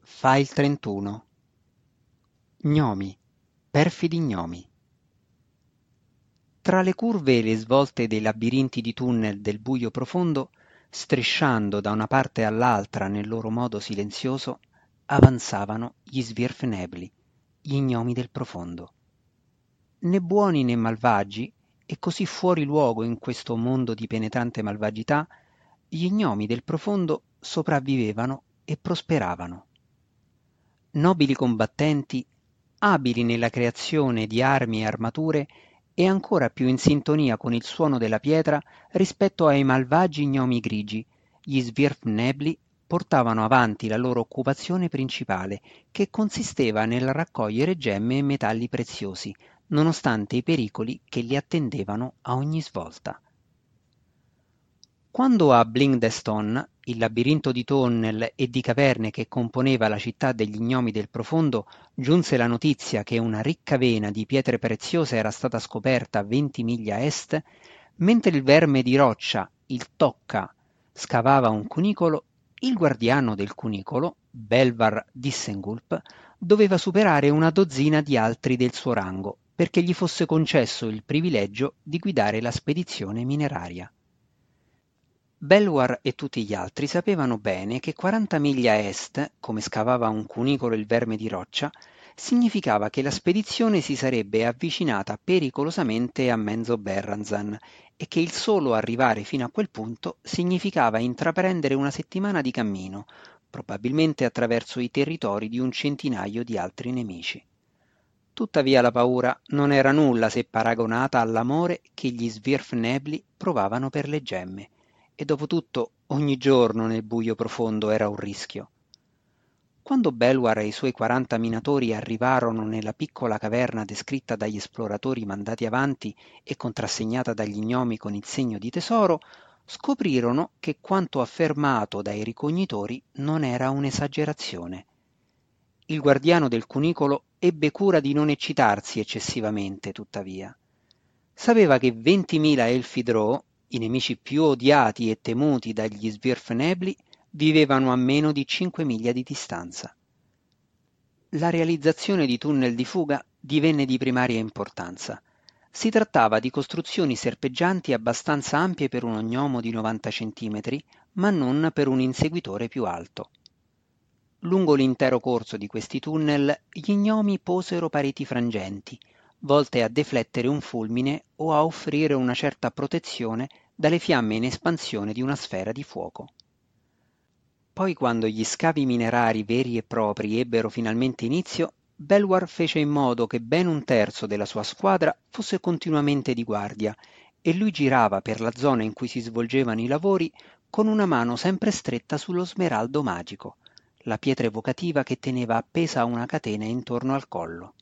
File 31. Gnomi, perfidi gnomi. Tra le curve e le svolte dei labirinti di tunnel del buio profondo, strisciando da una parte all'altra nel loro modo silenzioso, avanzavano gli svirfnebli, gli gnomi del profondo. Né buoni né malvagi, e così fuori luogo in questo mondo di penetrante malvagità, gli gnomi del profondo sopravvivevano e prosperavano. Nobili combattenti, abili nella creazione di armi e armature e ancora più in sintonia con il suono della pietra rispetto ai malvagi gnomi grigi, gli svirfnebli portavano avanti la loro occupazione principale, che consisteva nel raccogliere gemme e metalli preziosi, nonostante i pericoli che li attendevano a ogni svolta. Quando a Blindestone, il labirinto di tunnel e di caverne che componeva la città degli gnomi del profondo, giunse la notizia che una ricca vena di pietre preziose era stata scoperta a 20 miglia a est, mentre il verme di roccia, il Tocca, scavava un cunicolo, il guardiano del cunicolo, Belvar Dissengulp, doveva superare una dozzina di altri del suo rango perché gli fosse concesso il privilegio di guidare la spedizione mineraria. Belluar e tutti gli altri sapevano bene che 40 miglia a est, come scavava un cunicolo il verme di roccia, significava che la spedizione si sarebbe avvicinata pericolosamente a Menzoberranzan e che il solo arrivare fino a quel punto significava intraprendere una settimana di cammino, probabilmente attraverso i territori di un centinaio di altri nemici. Tuttavia la paura non era nulla se paragonata all'amore che gli svirfnebli provavano per le gemme, e dopotutto ogni giorno nel buio profondo era un rischio. Quando Belwar e i suoi 40 minatori arrivarono nella piccola caverna descritta dagli esploratori mandati avanti e contrassegnata dagli gnomi con il segno di tesoro, scoprirono che quanto affermato dai ricognitori non era un'esagerazione. Il guardiano del cunicolo ebbe cura di non eccitarsi eccessivamente, tuttavia. Sapeva che 20.000 elfi Drow, i nemici più odiati e temuti dagli svirfnebli, vivevano a meno di 5 miglia di distanza. La realizzazione di tunnel di fuga divenne di primaria importanza. Si trattava di costruzioni serpeggianti abbastanza ampie per un gnomo di 90 centimetri, ma non per un inseguitore più alto. Lungo l'intero corso di questi tunnel gli gnomi posero pareti frangenti, volte a deflettere un fulmine o a offrire una certa protezione dalle fiamme in espansione di una sfera di fuoco. Poi, quando gli scavi minerari veri e propri ebbero finalmente inizio, Belwar fece in modo che ben un terzo della sua squadra fosse continuamente di guardia e lui girava per la zona in cui si svolgevano i lavori con una mano sempre stretta sullo smeraldo magico, la pietra evocativa che teneva appesa a una catena intorno al collo.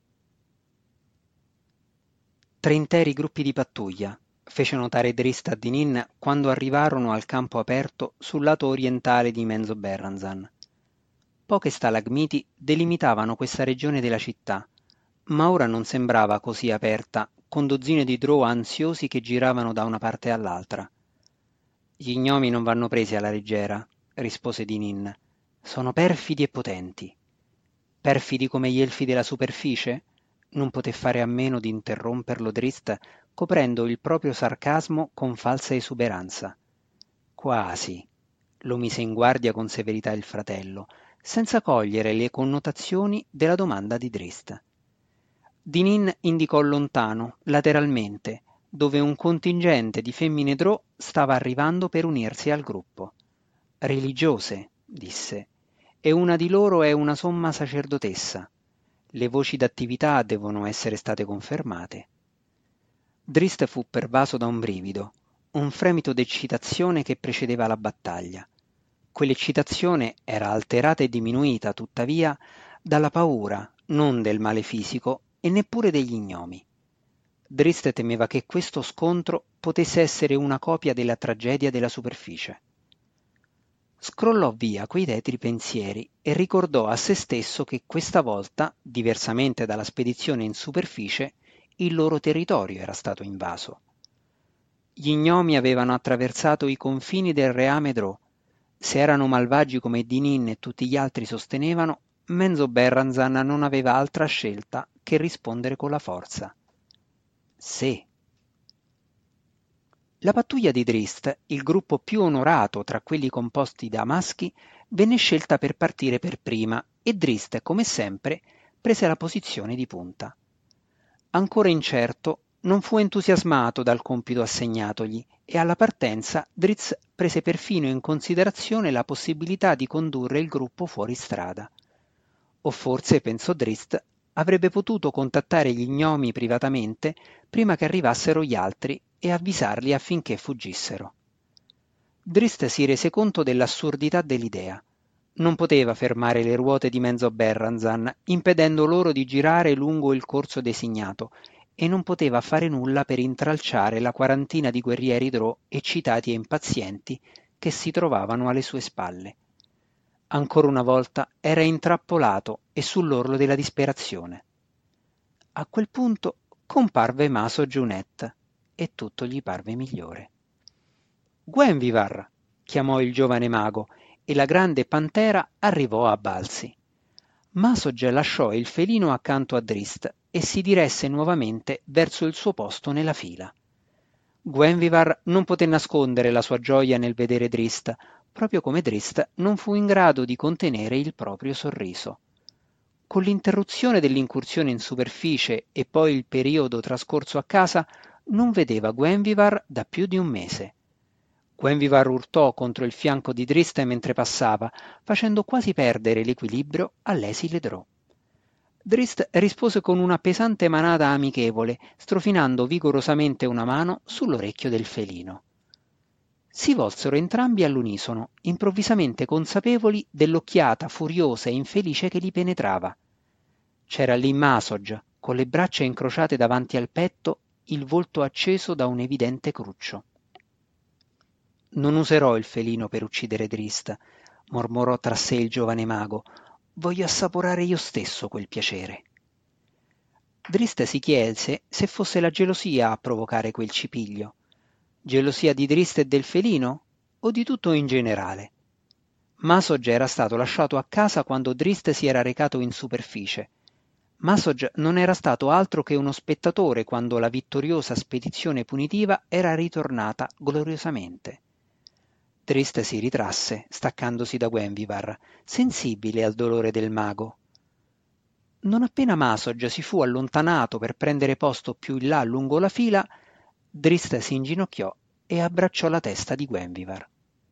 3 interi gruppi di pattuglia, fece notare Drist a Dinin quando arrivarono al campo aperto sul lato orientale di Menzoberranzan. Poche stalagmiti delimitavano questa regione della città, ma ora non sembrava così aperta, con dozzine di drow ansiosi che giravano da una parte all'altra. Gli gnomi non vanno presi alla leggera, rispose Dinin. Sono perfidi e potenti. Perfidi come gli elfi della superficie? Non poté fare a meno di interromperlo Drist, coprendo il proprio sarcasmo con falsa esuberanza. Quasi, lo mise in guardia con severità il fratello, senza cogliere le connotazioni della domanda di Drist. Dinin indicò lontano, lateralmente, dove un contingente di femmine Drow stava arrivando per unirsi al gruppo. Religiose, disse, e una di loro è una somma sacerdotessa. Le voci d'attività devono essere state confermate. Drist fu pervaso da un brivido, un fremito d'eccitazione che precedeva la battaglia. Quell'eccitazione era alterata e diminuita, tuttavia, dalla paura, non del male fisico e neppure degli gnomi. Drist temeva che questo scontro potesse essere una copia della tragedia della superficie. Scrollò via quei tetri pensieri e ricordò a se stesso che questa volta, diversamente dalla spedizione in superficie, il loro territorio era stato invaso. Gli gnomi avevano attraversato i confini del reame Drow. Se erano malvagi come Dinin e tutti gli altri sostenevano, Menzo Berranzan non aveva altra scelta che rispondere con la forza. Se. La pattuglia di Drist, il gruppo più onorato tra quelli composti da maschi, venne scelta per partire per prima e Drist, come sempre, prese la posizione di punta. Ancora incerto, non fu entusiasmato dal compito assegnatogli e alla partenza Drizzt prese perfino in considerazione la possibilità di condurre il gruppo fuori strada. O forse, pensò Drizzt, avrebbe potuto contattare gli gnomi privatamente prima che arrivassero gli altri e avvisarli affinché fuggissero. Drizzt si rese conto dell'assurdità dell'idea. Non poteva fermare le ruote di Menzo Berranzan, impedendo loro di girare lungo il corso designato, e non poteva fare nulla per intralciare la quarantina di guerrieri Drò eccitati e impazienti che si trovavano alle sue spalle. Ancora una volta era intrappolato e sull'orlo della disperazione. A quel punto comparve Maso Giunet e tutto gli parve migliore. Guenvivar, chiamò il giovane mago, e la grande pantera arrivò a balzi. Masog lasciò il felino accanto a Drist e si diresse nuovamente verso il suo posto nella fila. Guenvivar non poté nascondere la sua gioia nel vedere Drist, proprio come Drist non fu in grado di contenere il proprio sorriso. Con l'interruzione dell'incursione in superficie e poi il periodo trascorso a casa, non vedeva Guenvivar da più di un mese. Guenvivar urtò contro il fianco di Drist mentre passava, facendo quasi perdere l'equilibrio all'esile Drò. Drist rispose con una pesante manata amichevole, strofinando vigorosamente una mano sull'orecchio del felino. Si volsero entrambi all'unisono, improvvisamente consapevoli dell'occhiata furiosa e infelice che li penetrava. C'era lì Masog, con le braccia incrociate davanti al petto, il volto acceso da un evidente cruccio. Non userò il felino per uccidere Drist, mormorò tra sé il giovane mago. Voglio assaporare io stesso quel piacere. Drist si chiese se fosse la gelosia a provocare quel cipiglio. Gelosia di Drist e del felino? O di tutto in generale? Masog era stato lasciato a casa quando Drist si era recato in superficie. Masog non era stato altro che uno spettatore quando la vittoriosa spedizione punitiva era ritornata gloriosamente. Drist si ritrasse, staccandosi da Guenvivar, sensibile al dolore del mago. Non appena Masog si fu allontanato per prendere posto più in là lungo la fila, Drist si inginocchiò e abbracciò la testa di Guenvivar.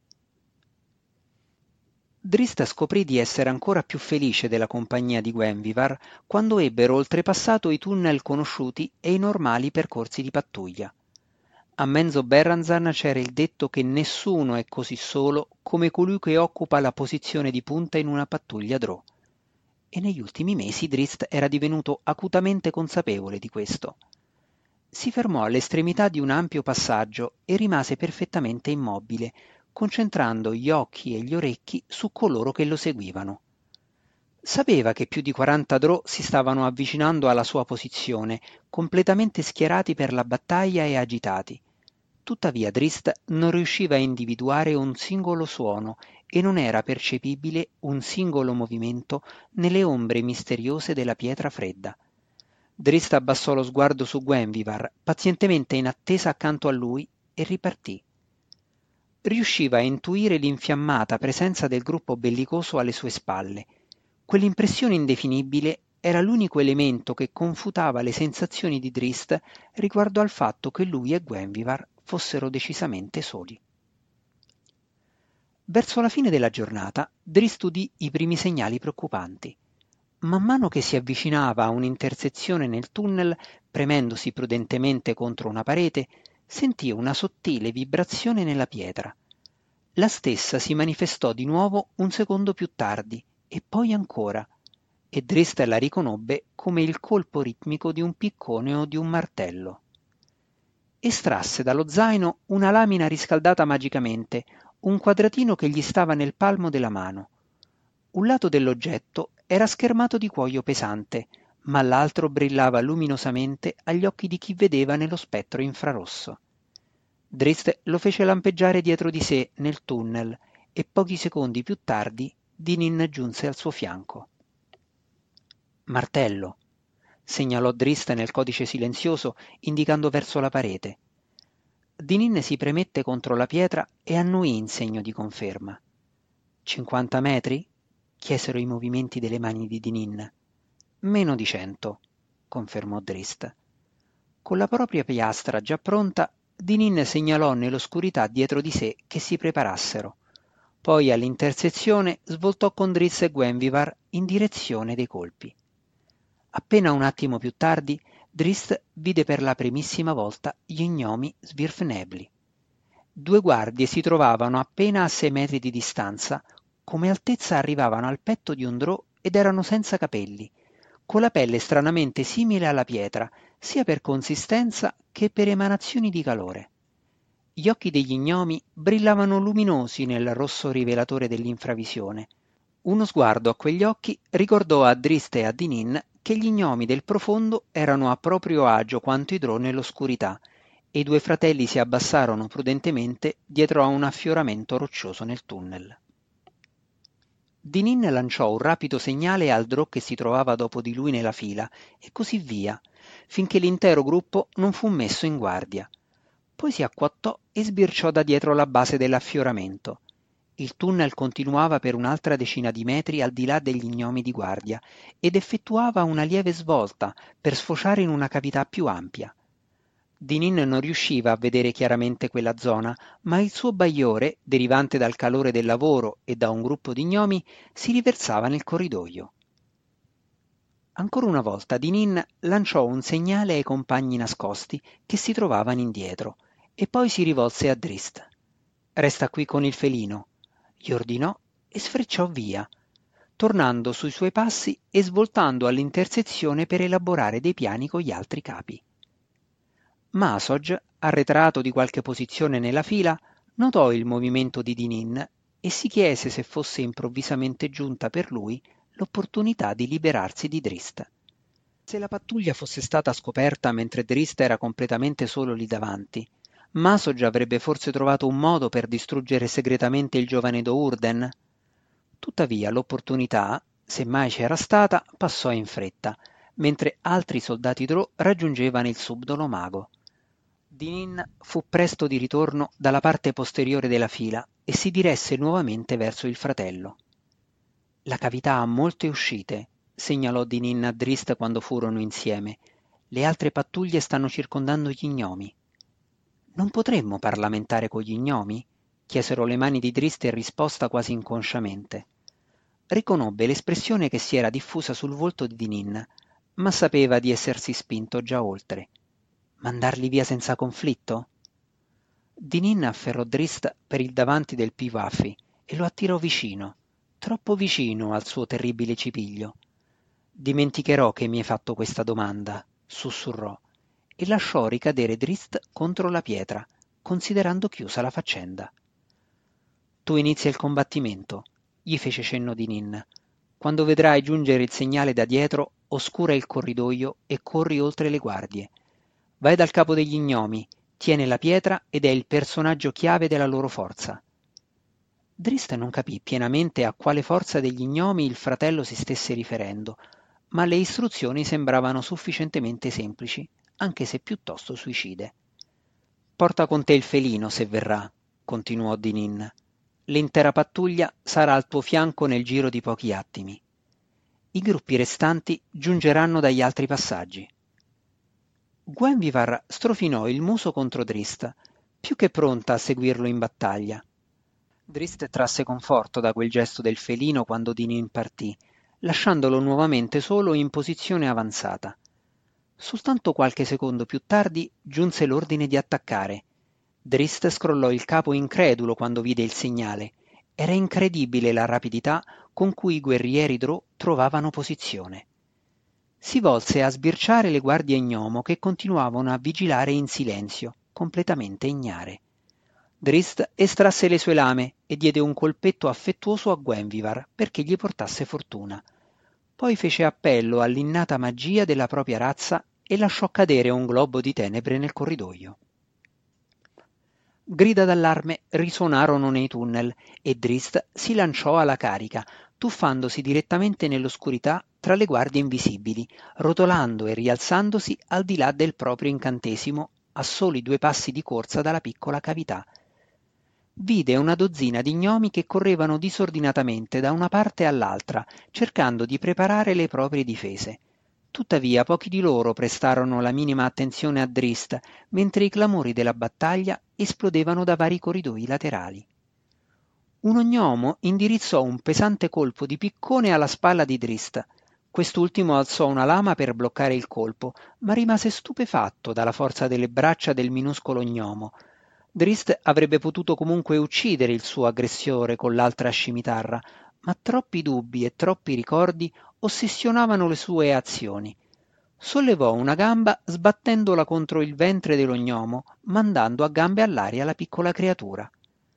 Drist scoprì di essere ancora più felice della compagnia di Guenvivar quando ebbero oltrepassato i tunnel conosciuti e i normali percorsi di pattuglia. A Menzo Berranzan c'era il detto che nessuno è così solo come colui che occupa la posizione di punta in una pattuglia Drò. E negli ultimi mesi Drist era divenuto acutamente consapevole di questo. Si fermò all'estremità di un ampio passaggio e rimase perfettamente immobile, concentrando gli occhi e gli orecchi su coloro che lo seguivano. Sapeva che più di 40 Drò si stavano avvicinando alla sua posizione, completamente schierati per la battaglia e agitati. Tuttavia Drist non riusciva a individuare un singolo suono e non era percepibile un singolo movimento nelle ombre misteriose della pietra fredda. Drist abbassò lo sguardo su Guenvivar, pazientemente in attesa accanto a lui, e ripartì. Riusciva a intuire l'infiammata presenza del gruppo bellicoso alle sue spalle. Quell'impressione indefinibile era l'unico elemento che confutava le sensazioni di Drist riguardo al fatto che lui e Guenvivar fossero decisamente soli. Verso la fine della giornata, Drist udì i primi segnali preoccupanti. Man mano che si avvicinava a un'intersezione nel tunnel, premendosi prudentemente contro una parete, sentì una sottile vibrazione nella pietra. La stessa si manifestò di nuovo un secondo più tardi, e poi ancora, e Drist la riconobbe come il colpo ritmico di un piccone o di un martello. Estrasse dallo zaino una lamina riscaldata magicamente, un quadratino che gli stava nel palmo della mano. Un lato dell'oggetto era schermato di cuoio pesante, ma l'altro brillava luminosamente agli occhi di chi vedeva nello spettro infrarosso. Drist lo fece lampeggiare dietro di sé nel tunnel e pochi secondi più tardi Dinin giunse al suo fianco. «Martello», segnalò Drist nel codice silenzioso indicando verso la parete. Dinin si premette contro la pietra e annuì in segno di conferma. «50 metri?» chiesero i movimenti delle mani di Dinin. «Meno di 100», confermò Drist. Con la propria piastra già pronta, Dinin segnalò nell'oscurità dietro di sé che si preparassero. Poi all'intersezione svoltò con Driss e Gwenvivar in direzione dei colpi. Appena un attimo più tardi, Drist vide per la primissima volta gli gnomi svirfnebli. 2 guardie si trovavano appena a 6 metri di distanza, come altezza arrivavano al petto di un drò ed erano senza capelli, con la pelle stranamente simile alla pietra, sia per consistenza che per emanazioni di calore. Gli occhi degli gnomi brillavano luminosi nel rosso rivelatore dell'infravisione. Uno sguardo a quegli occhi ricordò a Drist e a Dinin che gli gnomi del profondo erano a proprio agio quanto i drò nell'oscurità, e i 2 fratelli si abbassarono prudentemente dietro a un affioramento roccioso nel tunnel. Dinin lanciò un rapido segnale al drò che si trovava dopo di lui nella fila, e così via, finché l'intero gruppo non fu messo in guardia. Poi si acquattò e sbirciò da dietro la base dell'affioramento. Il tunnel continuava per un'altra decina di metri al di là degli gnomi di guardia ed effettuava una lieve svolta per sfociare in una cavità più ampia. Dinin non riusciva a vedere chiaramente quella zona, ma il suo bagliore, derivante dal calore del lavoro e da un gruppo di gnomi, si riversava nel corridoio. Ancora una volta Dinin lanciò un segnale ai compagni nascosti che si trovavano indietro e poi si rivolse a Drist. «Resta qui con il felino», gli ordinò e sfrecciò via, tornando sui suoi passi e svoltando all'intersezione per elaborare dei piani con gli altri capi. Masoj, arretrato di qualche posizione nella fila, notò il movimento di Dinin e si chiese se fosse improvvisamente giunta per lui l'opportunità di liberarsi di Drist. Se la pattuglia fosse stata scoperta mentre Drist era completamente solo lì davanti, Masoj avrebbe forse trovato un modo per distruggere segretamente il giovane Dourden? Tuttavia l'opportunità, se mai c'era stata, passò in fretta, mentre altri soldati Drò raggiungevano il subdolo mago. Dinin fu presto di ritorno dalla parte posteriore della fila e si diresse nuovamente verso il fratello. «La cavità ha molte uscite», segnalò Dinin a Drist quando furono insieme. «Le altre pattuglie stanno circondando gli gnomi». «Non potremmo parlamentare con gli gnomi?» chiesero le mani di Drist in risposta quasi inconsciamente. Riconobbe l'espressione che si era diffusa sul volto di Dinin, ma sapeva di essersi spinto già oltre. «Mandarli via senza conflitto?» Dinin afferrò Drist per il davanti del Piwaffi e lo attirò vicino, troppo vicino al suo terribile cipiglio. «Dimenticherò che mi hai fatto questa domanda», sussurrò, e lasciò ricadere Drist contro la pietra, considerando chiusa la faccenda. «Tu inizia il combattimento», gli fece cenno Dinin. «Quando vedrai giungere il segnale da dietro, oscura il corridoio e corri oltre le guardie. Vai dal capo degli gnomi, tiene la pietra ed è il personaggio chiave della loro forza». Drist non capì pienamente a quale forza degli gnomi il fratello si stesse riferendo, ma le istruzioni sembravano sufficientemente semplici, anche se piuttosto suicide. «Porta con te il felino, se verrà», continuò Dinin. «L'intera pattuglia sarà al tuo fianco nel giro di pochi attimi. I gruppi restanti giungeranno dagli altri passaggi». Gwenvivar strofinò il muso contro Drist, più che pronta a seguirlo in battaglia. Drist trasse conforto da quel gesto del felino quando Dinin partì, lasciandolo nuovamente solo in posizione avanzata. Soltanto qualche secondo più tardi giunse l'ordine di attaccare. Drist scrollò il capo incredulo quando vide il segnale. Era incredibile la rapidità con cui i guerrieri Drò trovavano posizione. Si volse a sbirciare le guardie gnomo che continuavano a vigilare in silenzio, completamente ignare. Drist estrasse le sue lame e diede un colpetto affettuoso a Gwenvivar perché gli portasse fortuna. Poi fece appello all'innata magia della propria razza e lasciò cadere un globo di tenebre nel corridoio. Grida d'allarme risuonarono nei tunnel e Drist si lanciò alla carica, tuffandosi direttamente nell'oscurità tra le guardie invisibili, rotolando e rialzandosi al di là del proprio incantesimo, a soli 2 passi di corsa dalla piccola cavità. Vide una dozzina di gnomi che correvano disordinatamente da una parte all'altra, cercando di preparare le proprie difese. Tuttavia pochi di loro prestarono la minima attenzione a Drist, mentre i clamori della battaglia esplodevano da vari corridoi laterali. Uno gnomo indirizzò un pesante colpo di piccone alla spalla di Drist. Quest'ultimo alzò una lama per bloccare il colpo, ma rimase stupefatto dalla forza delle braccia del minuscolo gnomo. Drist avrebbe potuto comunque uccidere il suo aggressore con l'altra scimitarra, ma troppi dubbi e troppi ricordi ossessionavano le sue azioni. Sollevò una gamba sbattendola contro il ventre dello gnomo, mandando a gambe all'aria la piccola creatura.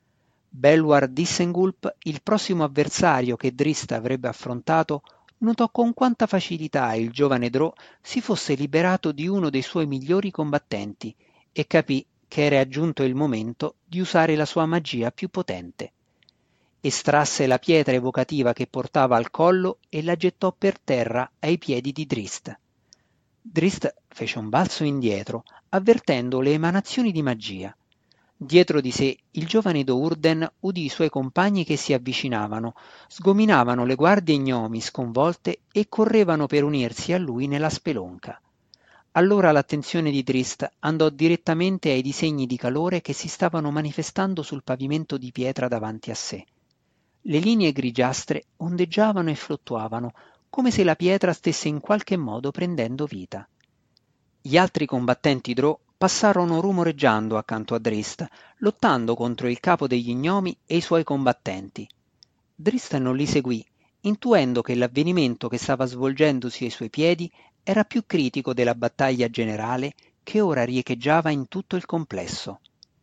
Belwar Dissengulp, il prossimo avversario che Drist avrebbe affrontato, notò con quanta facilità il giovane Drò si fosse liberato di uno dei suoi migliori combattenti e capì che era giunto il momento di usare la sua magia più potente. Estrasse la pietra evocativa che portava al collo e la gettò per terra ai piedi di Drist. Drist fece un balzo indietro, avvertendo le emanazioni di magia. Dietro di sé il giovane Dourden udì i suoi compagni che si avvicinavano, sgominavano le guardie gnomi sconvolte e correvano per unirsi a lui nella spelonca. Allora l'attenzione di Drist andò direttamente ai disegni di calore che si stavano manifestando sul pavimento di pietra davanti a sé. Le linee grigiastre ondeggiavano e fluttuavano, come se la pietra stesse in qualche modo prendendo vita. Gli altri combattenti Drò passarono rumoreggiando accanto a Drist, lottando contro il capo degli gnomi e i suoi combattenti. Drist non li seguì, intuendo che l'avvenimento che stava svolgendosi ai suoi piedi era più critico della battaglia generale che ora riecheggiava in tutto il complesso.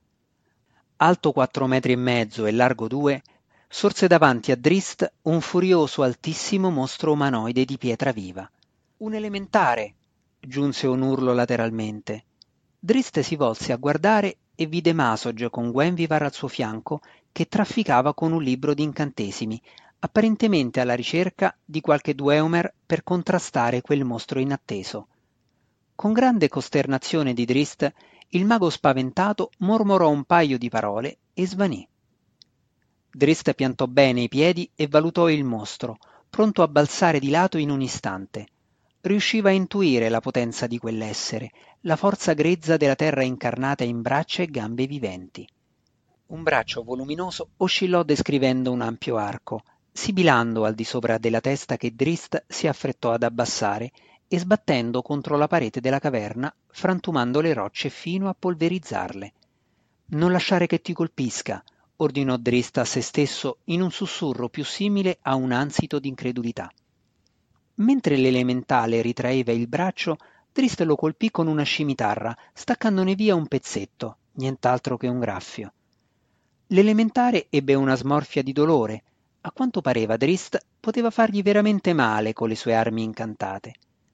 Alto 4 metri e mezzo e largo 2, sorse davanti a Drist un furioso altissimo mostro umanoide di pietra viva. Un elementare! Giunse un urlo lateralmente. Drist si volse a guardare e vide Masog con Gwenvivar al suo fianco che trafficava con un libro di incantesimi, apparentemente alla ricerca di qualche Dweomer per contrastare quel mostro inatteso. Con grande costernazione di Drist, il mago spaventato mormorò un paio di parole e svanì. Drist piantò bene i piedi e valutò il mostro, pronto a balzare di lato in un istante. Riusciva a intuire la potenza di quell'essere, la forza grezza della terra incarnata in braccia e gambe viventi. Un braccio voluminoso oscillò descrivendo un ampio arco, sibilando al di sopra della testa che Drist si affrettò ad abbassare e sbattendo contro la parete della caverna, frantumando le rocce fino a polverizzarle. Non lasciare che ti colpisca, ordinò Drist a se stesso in un sussurro più simile a un ansito d'incredulità. Mentre l'elementale ritraeva il braccio, Drist lo colpì con una scimitarra, staccandone via un pezzetto, nient'altro che un graffio. L'elementare ebbe una smorfia di dolore. A quanto pareva Drist poteva fargli veramente male con le sue armi incantate.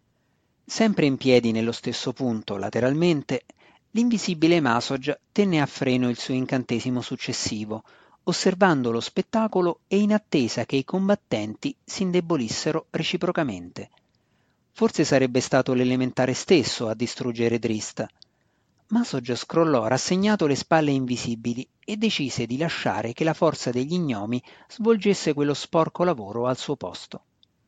Sempre in piedi nello stesso punto, lateralmente, l'invisibile Masog tenne a freno il suo incantesimo successivo, osservando lo spettacolo e in attesa che i combattenti si indebolissero reciprocamente. Forse sarebbe stato l'elementare stesso a distruggere Drist. Masog scrollò rassegnato le spalle invisibili e decise di lasciare che la forza degli gnomi svolgesse quello sporco lavoro al suo posto.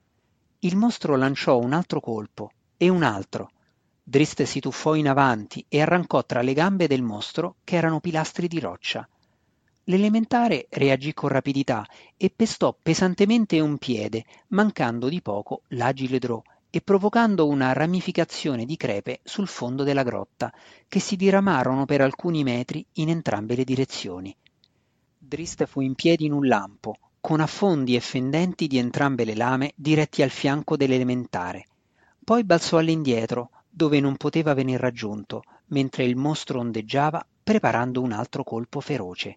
Il mostro lanciò un altro colpo e un altro. Drist si tuffò in avanti e arrancò tra le gambe del mostro che erano pilastri di roccia. L'elementare reagì con rapidità e pestò pesantemente un piede, mancando di poco l'agile Drò e provocando una ramificazione di crepe sul fondo della grotta, che si diramarono per alcuni metri in entrambe le direzioni. Drist fu in piedi in un lampo, con affondi e fendenti di entrambe le lame diretti al fianco dell'elementare. Poi balzò all'indietro, dove non poteva venir raggiunto, mentre il mostro ondeggiava, preparando un altro colpo feroce.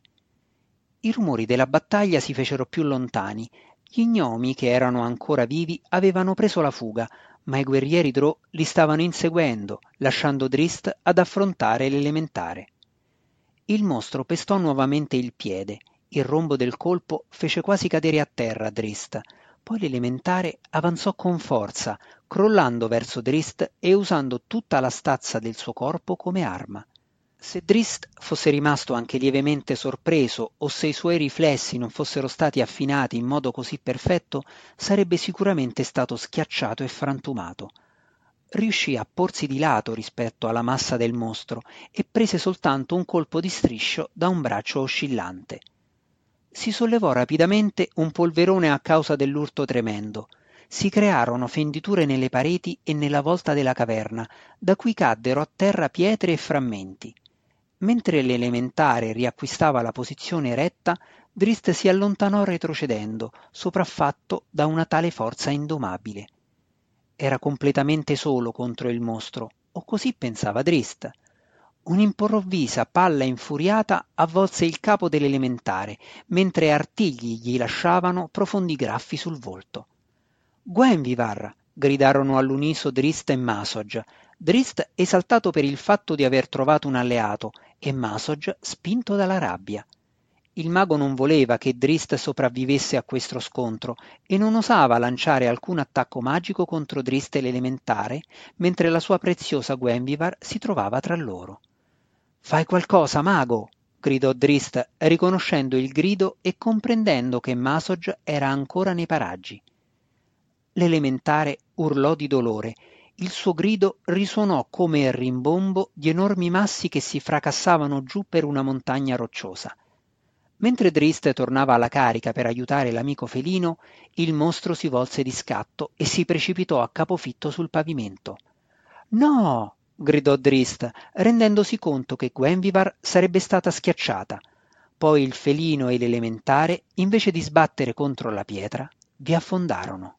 I rumori della battaglia si fecero più lontani. Gli gnomi, che erano ancora vivi, avevano preso la fuga, ma i guerrieri Drò li stavano inseguendo, lasciando Drist ad affrontare l'elementare. Il mostro pestò nuovamente il piede. Il rombo del colpo fece quasi cadere a terra Drist. Poi l'elementare avanzò con forza, crollando verso Drist e usando tutta la stazza del suo corpo come arma. Se Drist fosse rimasto anche lievemente sorpreso o se i suoi riflessi non fossero stati affinati in modo così perfetto, sarebbe sicuramente stato schiacciato e frantumato. Riuscì a porsi di lato rispetto alla massa del mostro e prese soltanto un colpo di striscio da un braccio oscillante. Si sollevò rapidamente un polverone a causa dell'urto tremendo. Si crearono fenditure nelle pareti e nella volta della caverna, da cui caddero a terra pietre e frammenti. Mentre l'elementare riacquistava la posizione eretta, Drist si allontanò retrocedendo, sopraffatto da una tale forza indomabile. Era completamente solo contro il mostro, o così pensava Drist. Un'improvvisa palla infuriata avvolse il capo dell'elementare, mentre artigli gli lasciavano profondi graffi sul volto. Gwenvivar! Gridarono all'uniso Drist e Masog. Drist esaltato per il fatto di aver trovato un alleato e Masog spinto dalla rabbia. Il mago non voleva che Drist sopravvivesse a questo scontro e non osava lanciare alcun attacco magico contro Drist l'elementare, mentre la sua preziosa Gwenvivar si trovava tra loro. «Fai qualcosa, mago!» gridò Drist, riconoscendo il grido e comprendendo che Masog era ancora nei paraggi. L'elementare urlò di dolore. Il suo grido risuonò come il rimbombo di enormi massi che si fracassavano giù per una montagna rocciosa. Mentre Drist tornava alla carica per aiutare l'amico felino, il mostro si volse di scatto e si precipitò a capofitto sul pavimento. «No!» gridò Drist, rendendosi conto che Gwenvivar sarebbe stata schiacciata. Poi il felino e l'elementare, invece di sbattere contro la pietra, vi affondarono.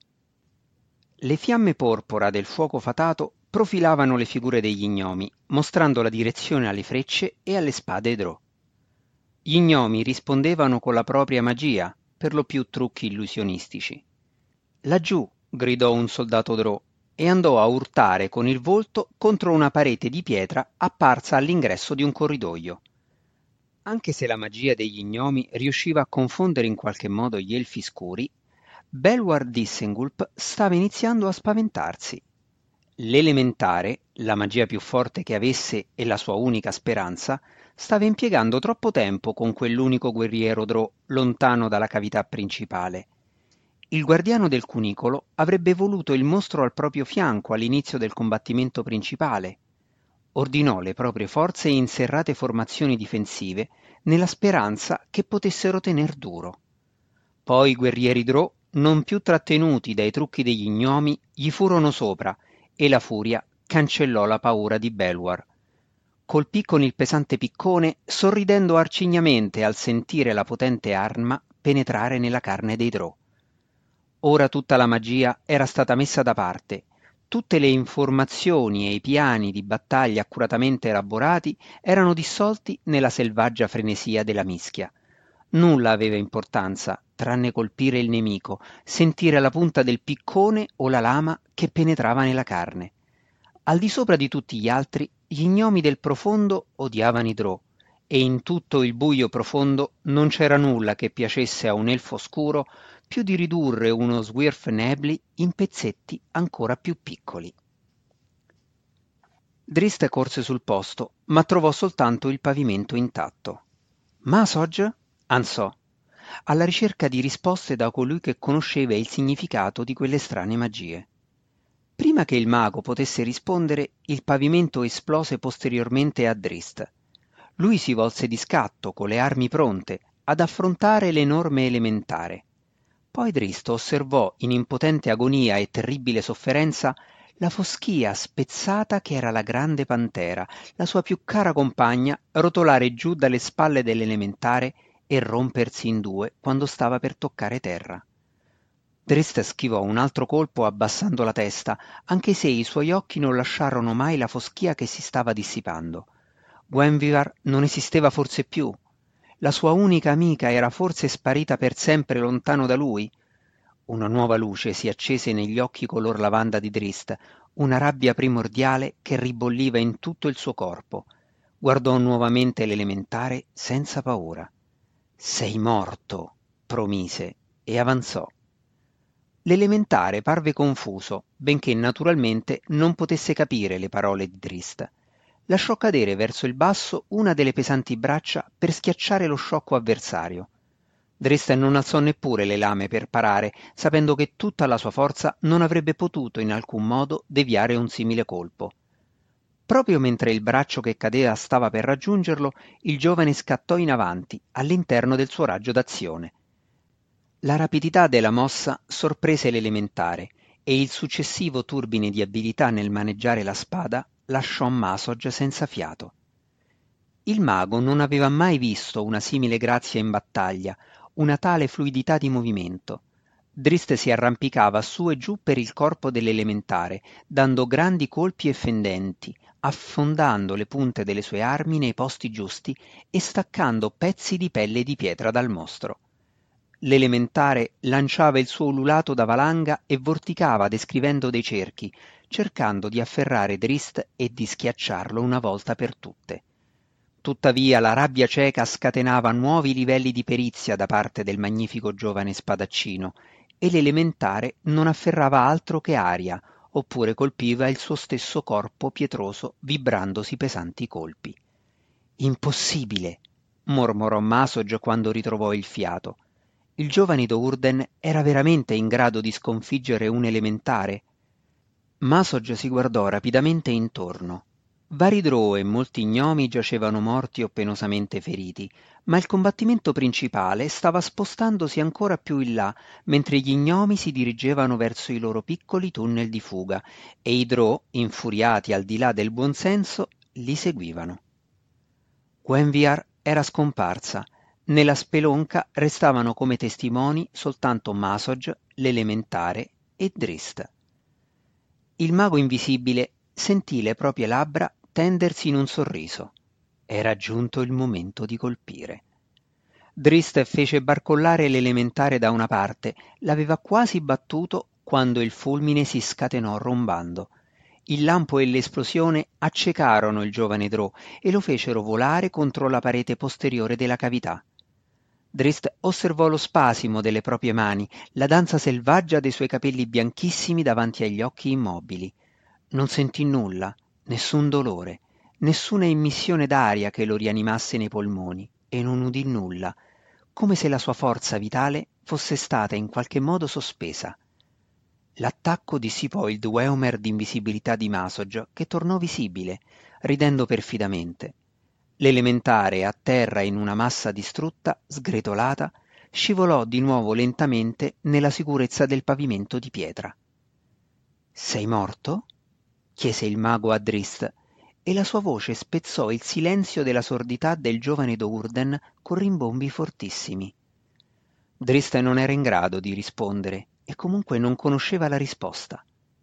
Le fiamme porpora del fuoco fatato profilavano le figure degli gnomi, mostrando la direzione alle frecce e alle spade Drò. Gli gnomi rispondevano con la propria magia, per lo più trucchi illusionistici. «Laggiù!» gridò un soldato Drò e andò a urtare con il volto contro una parete di pietra apparsa all'ingresso di un corridoio. Anche se la magia degli gnomi riusciva a confondere in qualche modo gli elfi scuri, Belwar Dissengulp stava iniziando a spaventarsi. L'elementare, la magia più forte che avesse e la sua unica speranza, stava impiegando troppo tempo con quell'unico guerriero Drò lontano dalla cavità principale. Il guardiano del cunicolo avrebbe voluto il mostro al proprio fianco all'inizio del combattimento principale. Ordinò le proprie forze in serrate formazioni difensive nella speranza che potessero tener duro. Poi i guerrieri Drò, non più trattenuti dai trucchi degli gnomi, gli furono sopra e la furia cancellò la paura di Belwar. Colpì con il pesante piccone, sorridendo arcignamente al sentire la potente arma penetrare nella carne dei Drò. Ora tutta la magia era stata messa da parte. Tutte le informazioni e i piani di battaglia accuratamente elaborati erano dissolti nella selvaggia frenesia della mischia. Nulla aveva importanza, tranne colpire il nemico, sentire la punta del piccone o la lama che penetrava nella carne. Al di sopra di tutti gli altri, gli gnomi del profondo odiavano i Drò, e in tutto il buio profondo non c'era nulla che piacesse a un elfo scuro più di ridurre uno Svirfnebli in pezzetti ancora più piccoli. Drist corse sul posto, ma trovò soltanto il pavimento intatto. «Masog?» ansò, alla ricerca di risposte da colui che conosceva il significato di quelle strane magie. Prima che il mago potesse rispondere, il pavimento esplose posteriormente a Drist. Lui si volse di scatto, con le armi pronte, ad affrontare l'enorme elementare. Poi Drist osservò in impotente agonia e terribile sofferenza la foschia spezzata che era la grande pantera, la sua più cara compagna, rotolare giù dalle spalle dell'elementare e rompersi in due quando stava per toccare terra. Drist schivò un altro colpo abbassando la testa, anche se i suoi occhi non lasciarono mai la foschia che si stava dissipando. Gwenvivar non esisteva forse più? La sua unica amica era forse sparita per sempre lontano da lui? Una nuova luce si accese negli occhi color lavanda di Drist, una rabbia primordiale che ribolliva in tutto il suo corpo. Guardò nuovamente l'elementare senza paura. «Sei morto», promise e avanzò. L'elementare parve confuso, benché naturalmente non potesse capire le parole di Drist. Lasciò cadere verso il basso una delle pesanti braccia per schiacciare lo sciocco avversario. Drist non alzò neppure le lame per parare, sapendo che tutta la sua forza non avrebbe potuto in alcun modo deviare un simile colpo. Proprio mentre il braccio che cadeva stava per raggiungerlo, il giovane scattò in avanti, all'interno del suo raggio d'azione. La rapidità della mossa sorprese l'elementare e il successivo turbine di abilità nel maneggiare la spada lasciò Masog senza fiato. Il mago non aveva mai visto una simile grazia in battaglia, una tale fluidità di movimento. Drist si arrampicava su e giù per il corpo dell'elementare, dando grandi colpi e fendenti, affondando le punte delle sue armi nei posti giusti e staccando pezzi di pelle di pietra dal mostro. L'elementare lanciava il suo ululato da valanga e vorticava descrivendo dei cerchi, cercando di afferrare Drist e di schiacciarlo una volta per tutte. Tuttavia la rabbia cieca scatenava nuovi livelli di perizia da parte del magnifico giovane spadaccino e l'elementare non afferrava altro che aria, oppure colpiva il suo stesso corpo pietroso vibrandosi pesanti colpi. «Impossibile!» mormorò Masog quando ritrovò il fiato. Il giovane Dourden era veramente in grado di sconfiggere un elementare? Masog si guardò rapidamente intorno. Vari drow e molti gnomi giacevano morti o penosamente feriti, ma il combattimento principale stava spostandosi ancora più in là, mentre gli gnomi si dirigevano verso i loro piccoli tunnel di fuga e i drow, infuriati al di là del buonsenso, li seguivano. Gwenviar era scomparsa. Nella spelonca restavano come testimoni soltanto Masog, l'elementare e Drist. Il mago invisibile sentì le proprie labbra tendersi in un sorriso. Era giunto il momento di colpire. Drist fece barcollare l'elementare da una parte, l'aveva quasi battuto quando il fulmine si scatenò rombando. Il lampo e l'esplosione accecarono il giovane Drow e lo fecero volare contro la parete posteriore della cavità. Drist osservò lo spasimo delle proprie mani, la danza selvaggia dei suoi capelli bianchissimi davanti agli occhi immobili. Non sentì nulla, nessun dolore, nessuna immissione d'aria che lo rianimasse nei polmoni, e non udì nulla, come se la sua forza vitale fosse stata in qualche modo sospesa. L'attacco dissipò il Dweomer d'invisibilità di Masog, che tornò visibile, ridendo perfidamente. L'elementare, a terra in una massa distrutta, sgretolata, scivolò di nuovo lentamente nella sicurezza del pavimento di pietra. «Sei morto?» chiese il mago a Drist, e la sua voce spezzò il silenzio della sordità del giovane Dourden con rimbombi fortissimi. Drist non era in grado di rispondere e comunque non conosceva la risposta.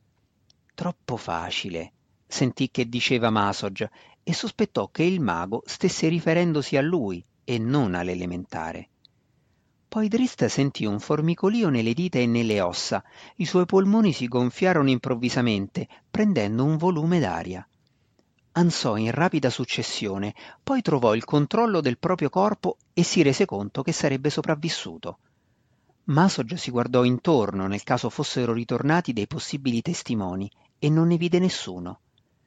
«Troppo facile», sentì che diceva Masog e sospettò che il mago stesse riferendosi a lui e non all'elementare. Poi Drist sentì un formicolio nelle dita e nelle ossa, i suoi polmoni si gonfiarono improvvisamente, prendendo un volume d'aria. Ansò in rapida successione, poi trovò il controllo del proprio corpo e si rese conto che sarebbe sopravvissuto. Masog si guardò intorno nel caso fossero ritornati dei possibili testimoni e non ne vide nessuno.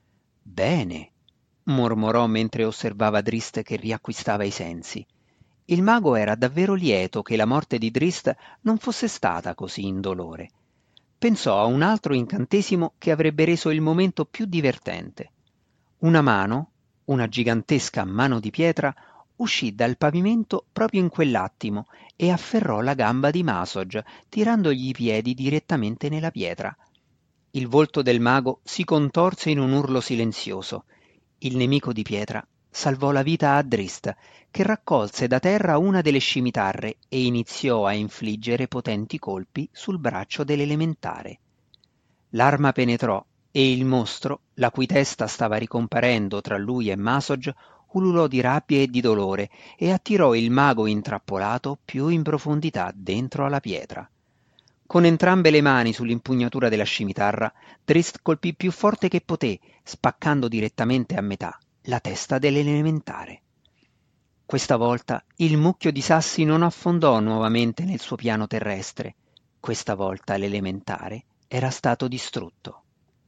«Bene», mormorò mentre osservava Drist che riacquistava i sensi. Il mago era davvero lieto che la morte di Drist non fosse stata così indolore. Pensò a un altro incantesimo che avrebbe reso il momento più divertente. Una mano, una gigantesca mano di pietra, uscì dal pavimento proprio in quell'attimo e afferrò la gamba di Masog, tirandogli i piedi direttamente nella pietra. Il volto del mago si contorse in un urlo silenzioso. Il nemico di pietra salvò la vita a Drist, che raccolse da terra una delle scimitarre e iniziò a infliggere potenti colpi sul braccio dell'elementare. L'arma penetrò e il mostro, la cui testa stava ricomparendo tra lui e Masog, ululò di rabbia e di dolore e attirò il mago intrappolato più in profondità dentro alla pietra. Con entrambe le mani sull'impugnatura della scimitarra, Drist colpì più forte che poté, spaccando direttamente a metà la testa dell'elementare. Questa volta il mucchio di sassi non affondò nuovamente nel suo piano terrestre. Questa volta l'elementare era stato distrutto.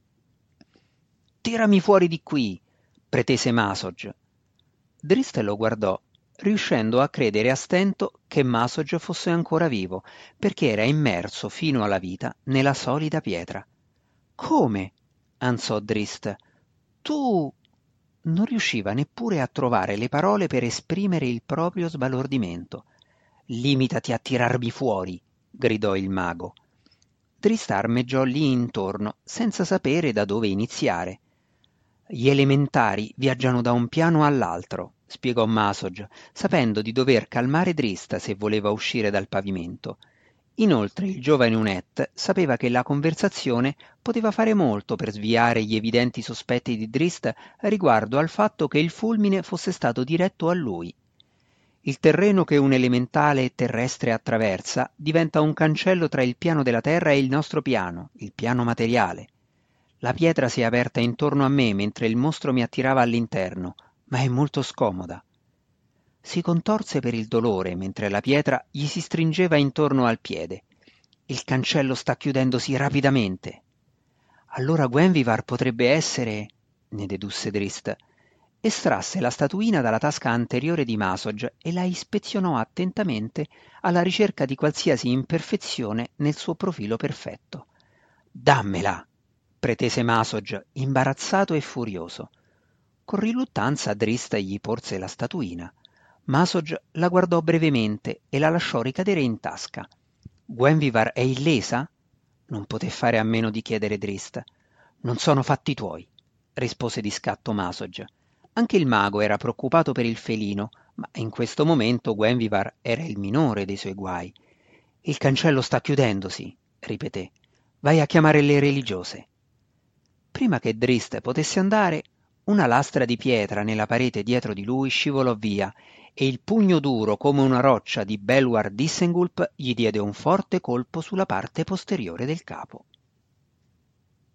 «Tirami fuori di qui!» pretese Masog. Drist lo guardò, riuscendo a credere a stento che Masog fosse ancora vivo, perché era immerso fino alla vita nella solida pietra. «Come?» ansò Drist. «Tu...» Non riusciva neppure a trovare le parole per esprimere il proprio sbalordimento. «Limitati a tirarmi fuori!» gridò il mago. Drist armeggiò lì intorno, senza sapere da dove iniziare. «Gli elementari viaggiano da un piano all'altro», spiegò Masog, sapendo di dover calmare Drist se voleva uscire dal pavimento. Inoltre il giovane Unet sapeva che la conversazione poteva fare molto per sviare gli evidenti sospetti di Drist riguardo al fatto che il fulmine fosse stato diretto a lui. Il terreno che un elementale terrestre attraversa diventa un cancello tra il piano della terra e il nostro piano, il piano materiale. La pietra si è aperta intorno a me mentre il mostro mi attirava all'interno, ma è molto scomoda. Si contorse per il dolore mentre la pietra gli si stringeva intorno al piede. Il cancello sta chiudendosi rapidamente. Allora Gwenvivar potrebbe essere... ne dedusse Drist. Estrasse la statuina dalla tasca anteriore di Masog e la ispezionò attentamente alla ricerca di qualsiasi imperfezione nel suo profilo perfetto. «Dammela!» pretese Masog, imbarazzato e furioso. Con riluttanza Drist gli porse la statuina. Masog la guardò brevemente e la lasciò ricadere in tasca. «Gwenvivar è illesa?» Non poté fare a meno di chiedere Drist. «Non sono fatti tuoi», rispose di scatto Masog. Anche il mago era preoccupato per il felino, ma in questo momento Gwenvivar era il minore dei suoi guai. «Il cancello sta chiudendosi», ripeté. «Vai a chiamare le religiose». Prima che Drist potesse andare, una lastra di pietra nella parete dietro di lui scivolò via e il pugno duro come una roccia di Belwar Dissengulp gli diede un forte colpo sulla parte posteriore del capo.